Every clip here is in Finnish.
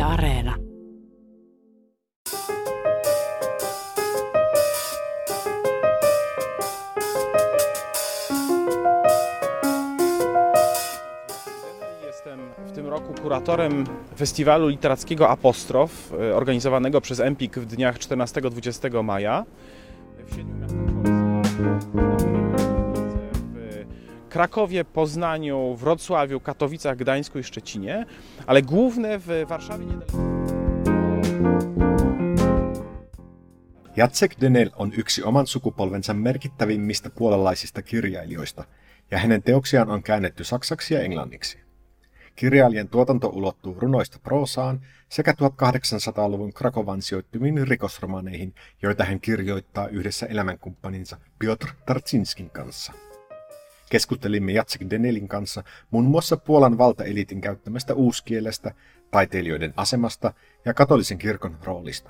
Areena. Jestem w tym roku kuratorem festiwalu literackiego Apostrof, organizowanego przez Empik w dniach 14-20 maja w 7 miastach Polski. W Krakowie, Poznaniu, Wrocławiu, Katowicach, Gdańsku i Szczecinie, ale główne w Warszawie niedaleko. Jacek Dönel on yksi oman sukupolvensa merkittävimmistä puolalaisista kirjailijoista, ja hänen teoksiaan on käännetty saksaksi ja englanniksi. Kirjailijan tuotanto ulottuu runoista proosaan sekä 1800-luvun Krakovan sijoittuviin rikosromaneihin, joita hän kirjoittaa yhdessä elämänkumppaninsa Piotr Tarczyńskin kanssa. Keskustelimme Jacek Dönelin kanssa muun muassa Puolan valtaeliitin käyttämästä uuskielestä, taiteilijoiden asemasta ja katolisen kirkon roolista.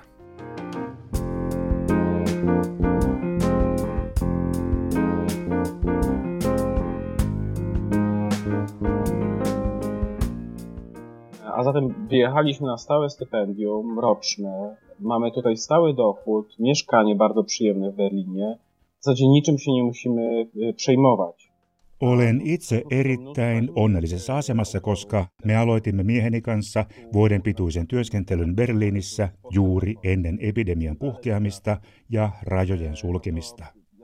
A zatem wyjechaliśmy na stałe stypendium roczne. Mamy tutaj stały dochód, mieszkanie bardzo przyjemne w Berlinie. W zasadzie niczym się nie musimy przejmować. Olen itse erittäin onnellisessa asemassa, koska me aloitimme mieheni kanssa vuoden pituisen työskentelyn Berliinissä juuri ennen epidemian puhkeamista ja rajojen sulkemista.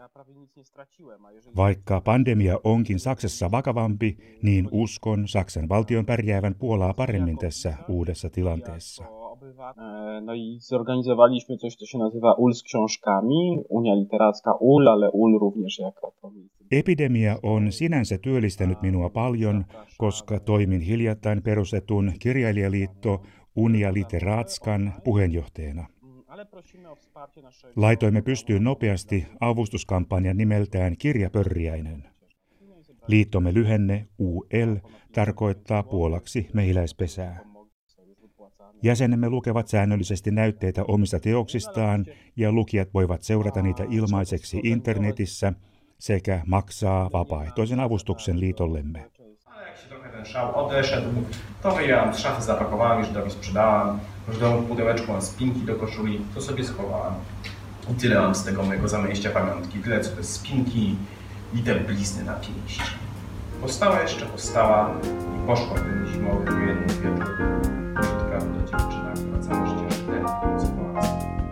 Vaikka pandemia onkin Saksassa vakavampi, niin uskon Saksan valtion pärjäävän Puolaa paremmin tässä uudessa tilanteessa. No i zorganizowaliśmy coś, co się nazywa UL z książkami, Unia Literacka UL, ale UL również jako to. Epidemia on sinänsä työllistänyt minua paljon, koska toimin hiljattain perustetun kirjailijaliitto Unia Literatskan puheenjohtajana. Laitoimme pystyyn nopeasti avustuskampanjan nimeltään Kirjapörriäinen. Liittomme lyhenne UL tarkoittaa puolaksi mehiläispesää. Jäsenemme lukevat säännöllisesti näytteitä omista teoksistaan ja lukijat voivat seurata niitä ilmaiseksi internetissä sekä maksaa vapaaehtoisen avustuksen liitollemme. Ten szał odeszedł, to wyjęłam z szafy, zapakowałam i Żydowi sprzedałam. W domu w pudełeczku mam spinki do koszuli, to sobie schowałam. I tyle mam z tego mojego zamejścia pamiątki. Tyle co te spinki i te blizny na pięści. Postała i poszła w ten zimowy ujemny wieczór. Brzydka do dziewczyna, która całe życie sztyletnie ucywała.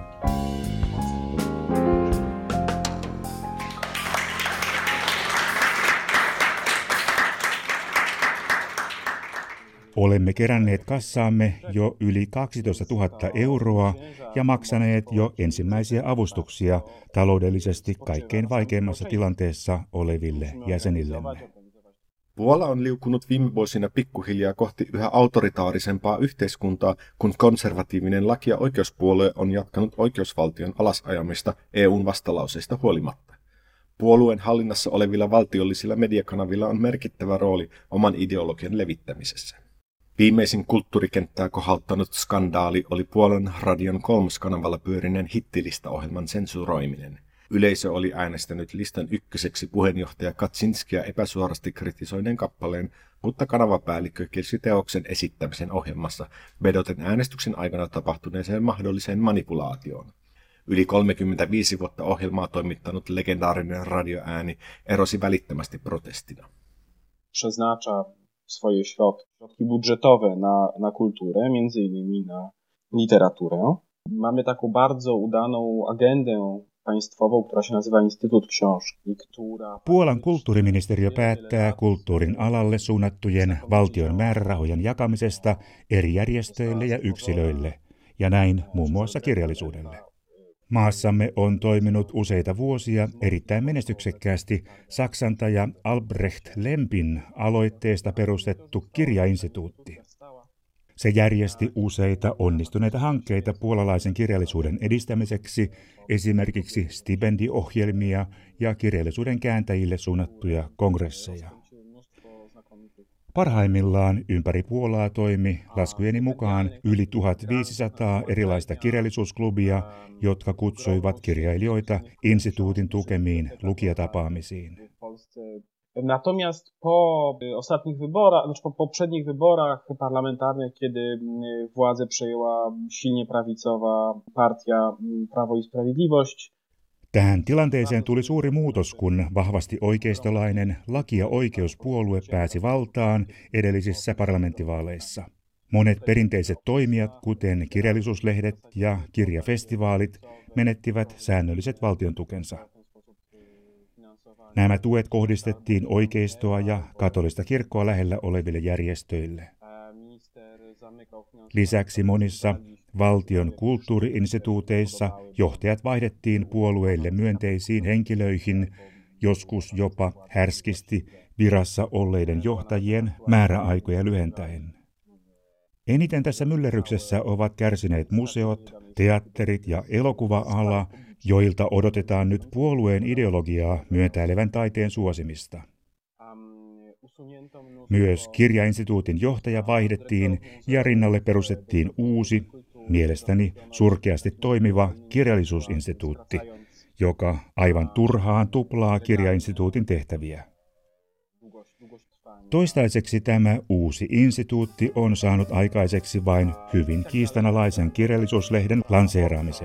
Olemme keränneet kassaamme jo yli 12 000 euroa ja maksaneet jo ensimmäisiä avustuksia taloudellisesti kaikkein vaikeimmassa tilanteessa oleville jäsenillemme. Puola on liukunut viime vuosina pikkuhiljaa kohti yhä autoritaarisempaa yhteiskuntaa, kun konservatiivinen laki- ja oikeuspuolue on jatkanut oikeusvaltion alasajamista EUn vastalauseista huolimatta. Puolueen hallinnassa olevilla valtiollisilla mediakanavilla on merkittävä rooli oman ideologian levittämisessä. Viimeisin kulttuurikenttää kohauttanut skandaali oli Puolan radion kolmoskanavalla pyörineen hittilistaohjelman sensuroiminen. Yleisö oli äänestänyt listan ykköseksi puheenjohtaja Kaczyńskia epäsuorasti kritisoineen kappaleen, mutta kanavapäällikkö kielsi teoksen esittämisen ohjelmassa vedoten äänestyksen aikana tapahtuneeseen mahdolliseen manipulaatioon. Yli 35 vuotta ohjelmaa toimittanut legendaarinen radioääni erosi välittömästi protestina. Przeznacza swoje środki budżetowe na kulturę, między innymi na literaturę. Mamy taką bardzo udaną agendę państwową, która się nazywa Instytut Książki, która... Puolan kulttuuriministeriö päättää kulttuurin alalle suunnattujen valtion määrärahojen jakamisesta eri järjestöille ja yksilöille, ja näin muun muassa kirjallisuudelle. Maassamme on toiminut useita vuosia erittäin menestyksekkäästi saksantaja Albrecht Lempin aloitteesta perustettu kirjainstituutti. Se järjesti useita onnistuneita hankkeita puolalaisen kirjallisuuden edistämiseksi, esimerkiksi stipendiohjelmia ja kirjallisuuden kääntäjille suunnattuja kongresseja. Parhaimmillaan ympäri Puolaa toimi laskujeni mukaan yli 1500 erilaista kirjallisuusklubia, jotka kutsuivat kirjailijoita instituutin tukemiin lukijatapaamisiin. Natomiast po ostatnich wyborach, znaczy po poprzednich wyborach parlamentarnych, kiedy władzę przejęła silnie prawicowa partia Prawo i Sprawiedliwość, Tähän tilanteeseen tuli suuri muutos, kun vahvasti oikeistolainen Laki- ja oikeuspuolue pääsi valtaan edellisissä parlamenttivaaleissa. Monet perinteiset toimijat, kuten kirjallisuuslehdet ja kirjafestivaalit, menettivät säännölliset valtion tukensa. Nämä tuet kohdistettiin oikeistoa ja katolista kirkkoa lähellä oleville järjestöille. Lisäksi monissa valtion kulttuuriinstituuteissa johtajat vaihdettiin puolueille myönteisiin henkilöihin, joskus jopa härskisti virassa olleiden johtajien määräaikoja lyhentäen. Eniten tässä myllerryksessä ovat kärsineet museot, teatterit ja elokuva-ala, joilta odotetaan nyt puolueen ideologiaa myöntäilevän taiteen suosimista. Myös kirjainstituutin johtaja vaihdettiin ja rinnalle perustettiin uusi, mielestäni surkeasti toimiva kirjallisuusinstituutti, joka aivan turhaan tuplaa kirjainstituutin tehtäviä. Toistaiseksi tämä uusi instituutti on saanut aikaiseksi vain hyvin kiistanalaisen kirjallisuuslehden lanseeraamisen.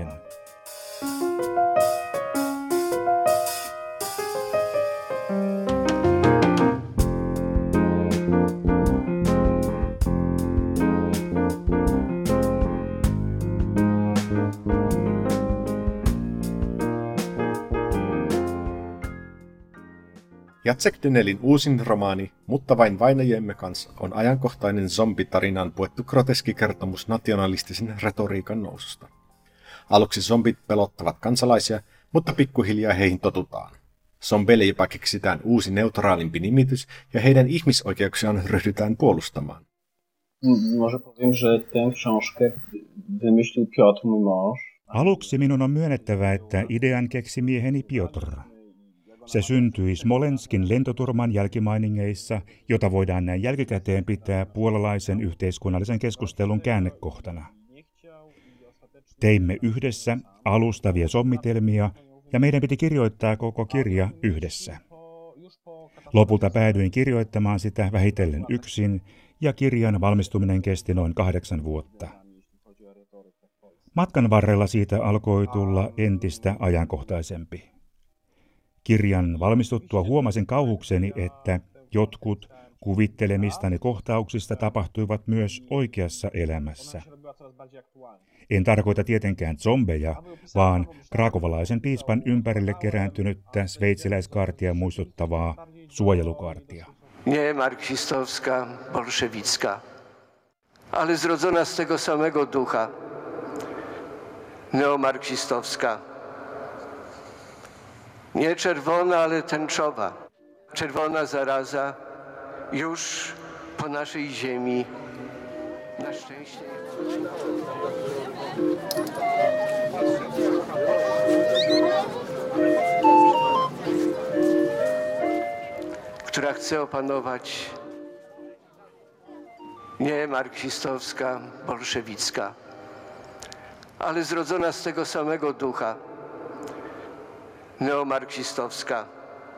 Jacek Dynelin uusin romaani, Mutta vain vainajiemme kanssa, on ajankohtainen zombitarinaan puettu groteski kertomus nationalistisen retoriikan noususta. Aluksi zombit pelottavat kansalaisia, mutta pikkuhiljaa heihin totutaan. Zombeille jopa keksitään uusi neutraalimpi nimitys ja heidän ihmisoikeuksiaan ryhdytään puolustamaan. Może powiem, że tę książkę wymyślił Piotr, mój mąż. Aluksi minun on myönnettävä, että idean keksi mieheni Piotr. Se syntyi Smolenskin lentoturman jälkimainingeissa, jota voidaan näin jälkikäteen pitää puolalaisen yhteiskunnallisen keskustelun käännekohtana. Teimme yhdessä alustavia sommitelmia ja meidän piti kirjoittaa koko kirja yhdessä. Lopulta päädyin kirjoittamaan sitä vähitellen yksin ja kirjan valmistuminen kesti noin 8 vuotta. Matkan varrella siitä alkoi tulla entistä ajankohtaisempi. Kirjan valmistuttua huomasin kauhukseni, että jotkut kuvittelemistani kohtauksista tapahtuivat myös oikeassa elämässä. En tarkoita tietenkään zombeja, vaan krakovalaisen piispan ympärille kerääntynyttä sveitsiläiskaartia muistuttavaa suojelukaartia. Nie marksistowska, bolszewicka, ale zrodzona z tego samego ducha, neomarksistowska. Nie czerwona, ale tęczowa. Czerwona zaraza już po naszej ziemi. Na szczęście. Która chce opanować nie marksistowska, bolszewicka, ale zrodzona z tego samego ducha. Neomarksistowska.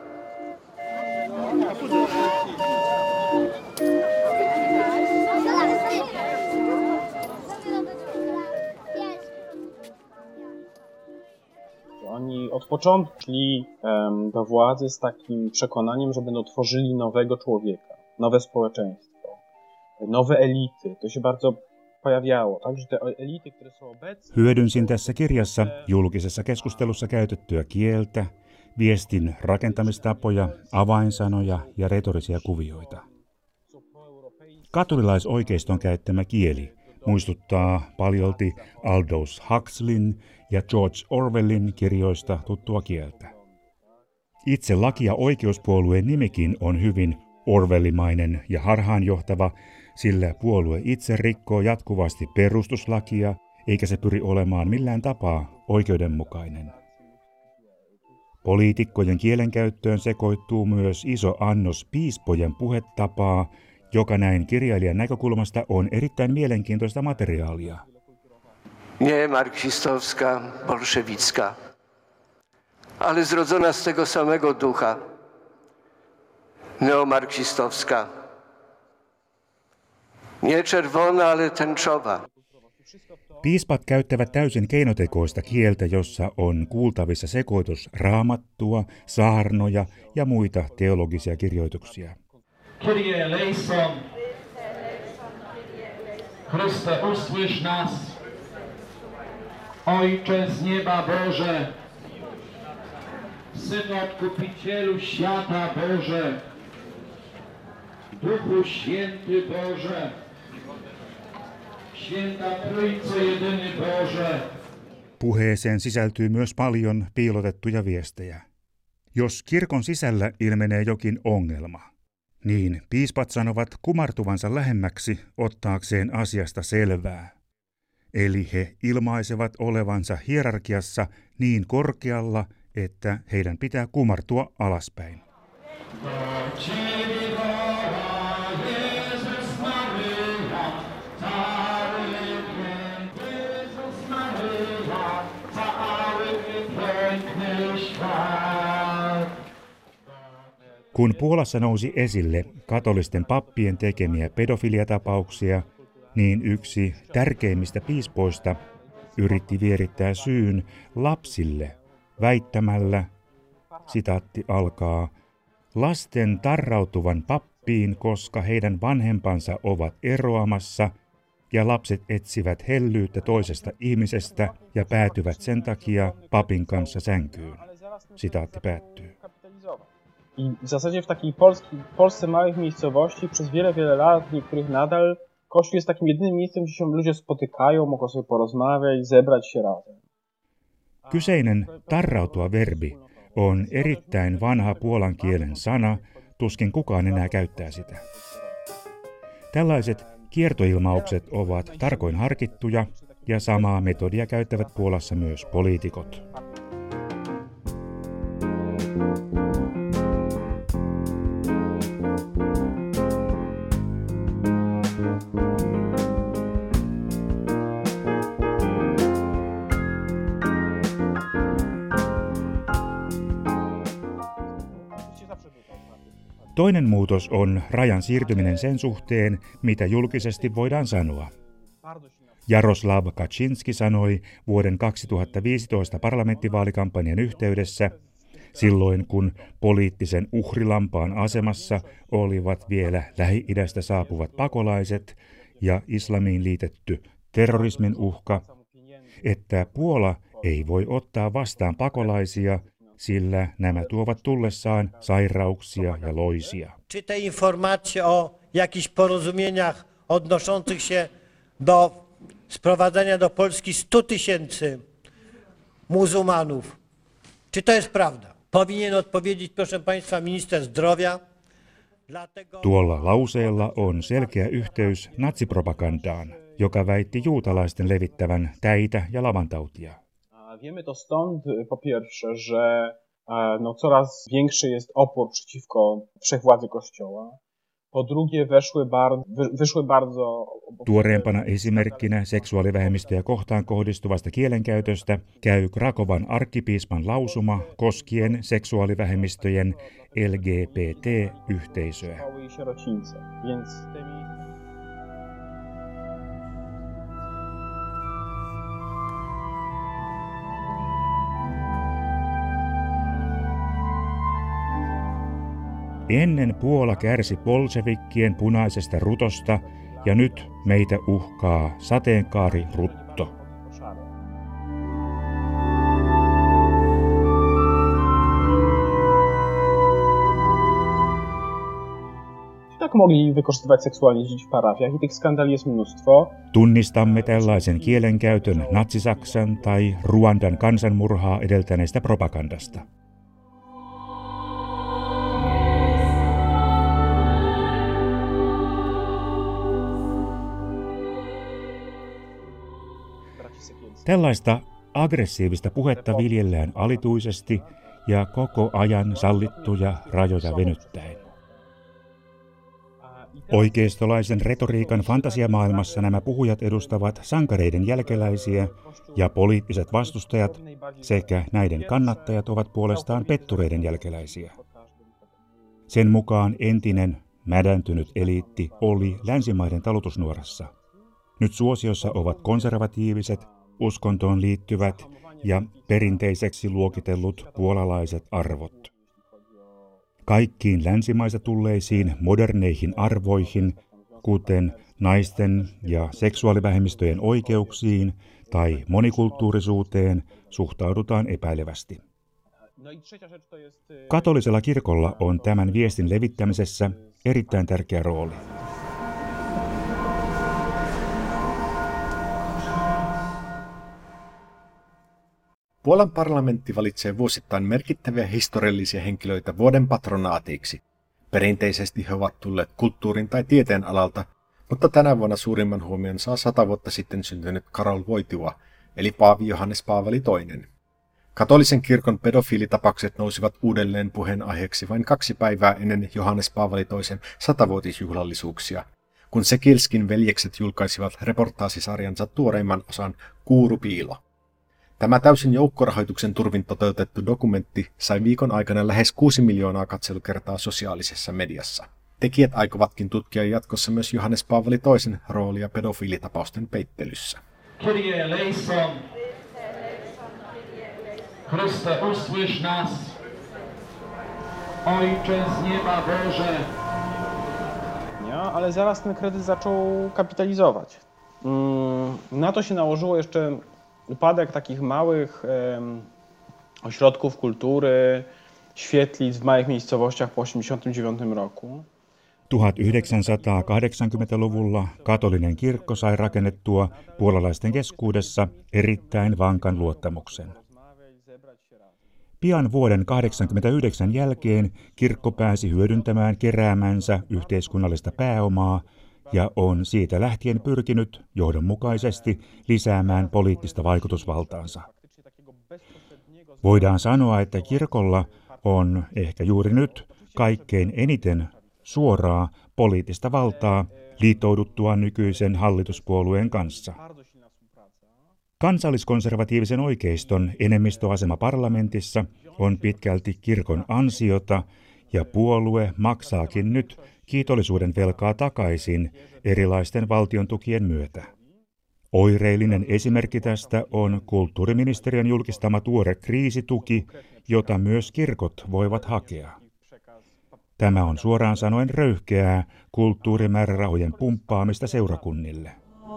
Oni od początku szli do władzy z takim przekonaniem, że będą tworzyli nowego człowieka, nowe społeczeństwo, nowe elity. To się bardzo pojawiało, tak, że te elity, które są obecne... Hyödynsin tässä kirjassa julkisessa keskustelussa käytettyä kieltä, viestin rakentamistapoja, avainsanoja ja retorisia kuvioita. Katolilaisoikeiston käyttämä kieli muistuttaa paljolti Aldous Huxleyn ja George Orwellin kirjoista tuttua kieltä. Itse Laki- ja oikeuspuolueen nimikin on hyvin orwellimainen ja harhaanjohtava, sillä puolue itse rikkoo jatkuvasti perustuslakia, eikä se pyri olemaan millään tapaa oikeudenmukainen. Poliitikkojen kielenkäyttöön sekoittuu myös iso annos piispojen puhetapaa, joka näin kirjailijan näkökulmasta on erittäin mielenkiintoista materiaalia. Nie marksistowska, bolszewicka, ale zrodzona z tego samego ducha. neomarksistowska. Nie czerwona, ale tęczowa. Piispat käyttävät täysin keinotekoista kieltä, jossa on kuultavissa sekoitus raamattua, saarnoja ja muita teologisia kirjoituksia. Kyrie eleison, Chryste, usłysz nas, Ojcze z nieba Boże, Synu Odkupicielu świata Boże, Duchu Święty Boże, Święta Trójco jedyny Boże. Puheeseen sisältyy myös paljon piilotettuja viestejä. Jos kirkon sisällä ilmenee jokin ongelma, niin piispat sanovat kumartuvansa lähemmäksi ottaakseen asiasta selvää. Eli he ilmaisevat olevansa hierarkiassa niin korkealla, että heidän pitää kumartua alaspäin. Kun Puolassa nousi esille katolisten pappien tekemiä pedofiliatapauksia, niin yksi tärkeimmistä piispoista yritti vierittää syyn lapsille väittämällä, sitaatti alkaa, lasten tarrautuvan pappiin, koska heidän vanhempansa ovat eroamassa ja lapset etsivät hellyyttä toisesta ihmisestä ja päätyvät sen takia papin kanssa sänkyyn. Sitaatti päättyy. I w zasadzie w takiej Polsce małych miejscowości przez wiele lat, w niektórych nadal, Kościół jest takim jedynym miejscem, gdzie się ludzie spotykają, mogą sobie porozmawiać, zebrać się razem. Kyseinen tarrautua verbi on erittäin vanha puolan kielen sana, tuskin kukaan enää käyttää sitä. Tällaiset kiertoilmaukset ovat tarkoin harkittuja ja samaa metodia käyttävät Puolassa myös poliitikot. Toinen muutos on rajan siirtyminen sen suhteen, mitä julkisesti voidaan sanoa. Jaroslav Kaczynski sanoi vuoden 2015 parlamenttivaalikampanjan yhteydessä, silloin kun poliittisen uhrilampaan asemassa olivat vielä Lähi-idästä saapuvat pakolaiset ja islamiin liitetty terrorismin uhka, että Puola ei voi ottaa vastaan pakolaisia, sillä nämä tuovat tullessaan sairauksia ja loisia. Czy te informacje o jakichś porozumieniach odnoszących się do sprowadzenia do Polski 100 000 muzułmanów, czy to jest prawda? Powinien odpowiedzieć, proszę Państwa, minister zdrowia. Tuolla lauseella on selkeä yhteys natsipropagandaan, joka väitti juutalaisten levittävän täitä ja lavantautia. Wiemy to stąd, po pierwsze, że coraz większy jest opór przeciwko wszechwładzy Kościoła. Po drugie, wyszły bardzo... Tuoreempana esimerkkinä seksuaalivähemmistöjä kohtaan kohdistuvasta kielenkäytöstä käy Krakowan arkkipiispan lausuma koskien seksuaalivähemmistöjen LGBT-yhteisöä. Ennen Puola kärsi bolshevikkien punaisesta rutosta ja nyt meitä uhkaa sateenkaari-rutto. Tak mogli wykorzystywać seksualnie dzieci w parafiach i tych skandali jest mnóstwo. Tunnistamme tällaisen kielenkäytön Natsi-Saksan tai Ruandan kansanmurhaa edeltäneestä propagandasta. Tällaista aggressiivista puhetta viljellään alituisesti ja koko ajan sallittuja rajoja venyttäen. Oikeistolaisen retoriikan fantasiamaailmassa nämä puhujat edustavat sankareiden jälkeläisiä ja poliittiset vastustajat sekä näiden kannattajat ovat puolestaan pettureiden jälkeläisiä. Sen mukaan entinen, mädäntynyt eliitti oli länsimaiden talutusnuorassa. Nyt suosiossa ovat konservatiiviset, uskontoon liittyvät ja perinteiseksi luokitellut puolalaiset arvot. Kaikkiin länsimaista tulleisiin moderneihin arvoihin, kuten naisten ja seksuaalivähemmistöjen oikeuksiin tai monikulttuurisuuteen, suhtaudutaan epäilevästi. Katolisella kirkolla on tämän viestin levittämisessä erittäin tärkeä rooli. Puolan parlamentti valitsee vuosittain merkittäviä historiallisia henkilöitä vuoden patronaatiksi. Perinteisesti he ovat tulleet kulttuurin tai tieteen alalta, mutta tänä vuonna suurimman huomion saa 100 vuotta sitten syntynyt Karol Wojtyła, eli paavi Johannes Paavali II. Katolisen kirkon pedofiilitapaukset nousivat uudelleen puheenaiheeksi vain 2 päivää ennen Johannes Paavali II 100-vuotisjuhlallisuuksia, kun Sekilskin veljekset julkaisivat reportaasisarjansa tuoreimman osan Kuurupiilo. Tämä täysin joukkorahoituksen turvin toteutettu dokumentti sai viikon aikana lähes 6 miljoonaa katselukertaa sosiaalisessa mediassa. Tekijät aikovatkin tutkia jatkossa myös Johannes Paavali II roolia pedofiilitapausten peittelyssä. Kyrie eleison. Chryste, usłysz nas. Ojcze z nieba Boże. Ale zaraz ten kredyt zaczął kapitalizować. Na to się nałożyło jeszcze upadek takich małych ośrodków kultury, świetlic w małych miejscowościach po 1989 roku. 1980-luvulla katolinen kirkko sai rakennettua puolalaisten keskuudessa erittäin vankan luottamuksen. Pian vuoden 1989 jälkeen kirkko pääsi hyödyntämään keräämänsä yhteiskunnallista pääomaa ja on siitä lähtien pyrkinyt johdonmukaisesti lisäämään poliittista vaikutusvaltaansa. Voidaan sanoa, että kirkolla on ehkä juuri nyt kaikkein eniten suoraa poliittista valtaa liittouduttuaan nykyisen hallituspuolueen kanssa. Kansalliskonservatiivisen oikeiston enemmistöasema parlamentissa on pitkälti kirkon ansiota ja puolue maksaakin nyt kiitollisuuden velkaa takaisin erilaisten valtion tukien myötä. Oireellinen esimerkki tästä on kulttuuriministeriön julkistama tuore kriisituki, jota myös kirkot voivat hakea. Tämä on suoraan sanoen röyhkeää kulttuurimäärärahojen pumppaamista seurakunnille.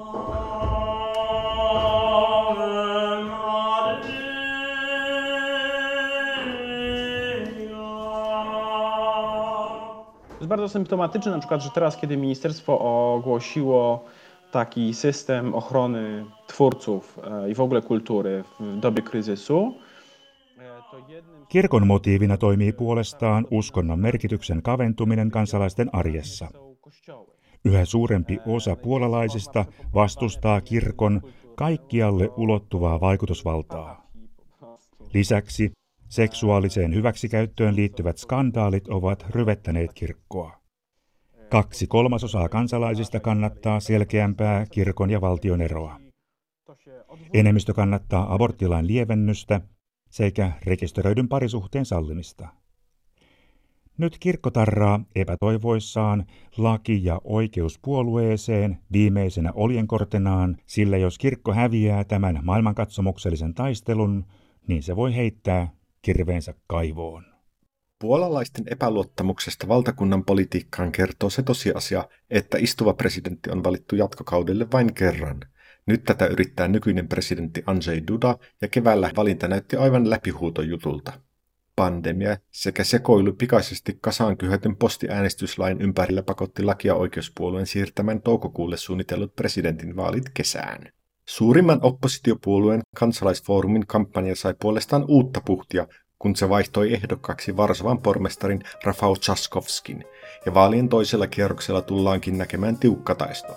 To jest bardzo symptomatyczne na przykład, że teraz, kiedy ministerstwo ogłosiło taki system ochrony twórców i w ogóle kultury w dobie kryzysu, Kirkon motiivina toimii puolestaan uskonnon merkityksen kaventuminen kansalaisten arjessa. Yhä suurempi osa puolalaisista vastustaa kirkon kaikkialle ulottuvaa vaikutusvaltaa. Lisäksi seksuaaliseen hyväksikäyttöön liittyvät skandaalit ovat ryvettäneet kirkkoa. 2/3 kansalaisista kannattaa selkeämpää kirkon ja valtion eroa. Enemmistö kannattaa aborttilain lievennystä sekä rekisteröidyn parisuhteen sallimista. Nyt kirkko tarraa epätoivoissaan laki- ja oikeuspuolueeseen viimeisenä oljenkortenaan, sillä jos kirkko häviää tämän maailmankatsomuksellisen taistelun, niin se voi heittää kirveensä kaivoon. Puolalaisten epäluottamuksesta valtakunnan politiikkaan kertoo se tosiasia, että istuva presidentti on valittu jatkokaudelle vain kerran. Nyt tätä yrittää nykyinen presidentti Andrzej Duda ja keväällä valinta näytti aivan läpihuutojutulta. Pandemia sekä sekoilu pikaisesti kasaan kyhätyn postiäänestyslain ympärillä pakotti laki- ja oikeuspuolueen siirtämään toukokuulle suunnitellut presidentinvaalit kesään. Suurimman oppositiopuolueen Kansalaisfoorumin kampanja sai puolestaan uutta puhtia, kun se vaihtoi ehdokkaaksi Varsovan pormestarin Rafał Trzaskowskin, ja vaalien toisella kierroksella tullaankin näkemään tiukka taisto.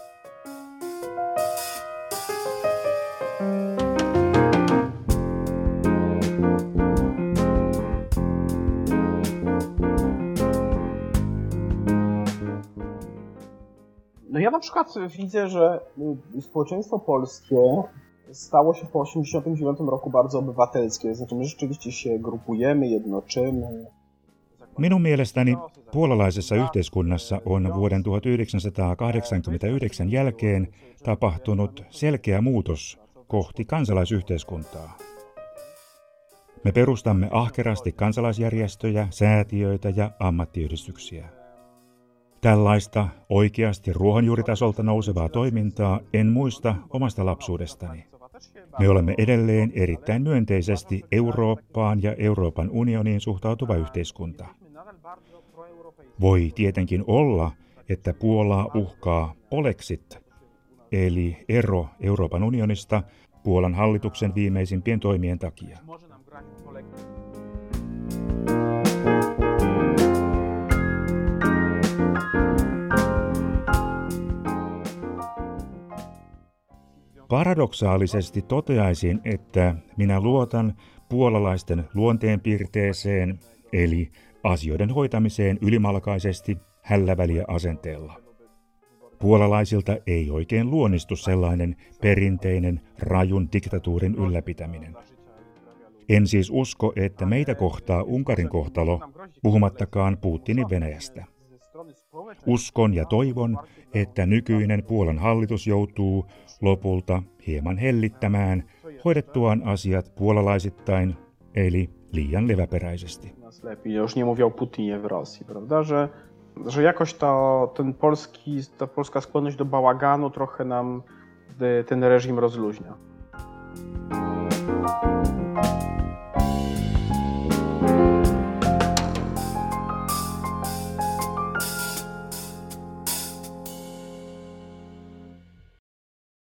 No ja na przykład widzę, że społeczeństwo polskie stało się po 1989 roku bardzo obywatelskie. Znaczy my rzeczywiście się grupujemy, jednoczymy. Minun mielestäni puolalaisessa yhteiskunnassa on vuoden 1989 jälkeen tapahtunut selkeä muutos kohti kansalaisyhteiskuntaa. Me perustamme ahkerasti kansalaisjärjestöjä, säätiöitä ja ammattiyhdistyksiä. Tällaista oikeasti ruohonjuuritasolta nousevaa toimintaa en muista omasta lapsuudestani. Me olemme edelleen erittäin myönteisesti Eurooppaan ja Euroopan unioniin suhtautuva yhteiskunta. Voi tietenkin olla, että Puolaa uhkaa Polexit, eli ero Euroopan unionista Puolan hallituksen viimeisimpien toimien takia. Paradoksaalisesti toteaisin, että minä luotan puolalaisten luonteenpiirteeseen, eli asioiden hoitamiseen ylimalkaisesti hälläväliä asenteella. Puolalaisilta ei oikein luonnistu sellainen perinteinen rajun diktatuurin ylläpitäminen. En siis usko, että meitä kohtaa Unkarin kohtalo, puhumattakaan Putinin Venäjästä. Uskon ja toivon, että nykyinen Puolan hallitus joutuu lopulta hieman hellittämään hoidettuaan asiat puolalaisittain, eli liian leväperäisesti. Ja już nie mówię o Putinie w Rosji, prawda, że jakoś ta polska skłonność do bałaganu trochę nam ten reżim rozluźnia.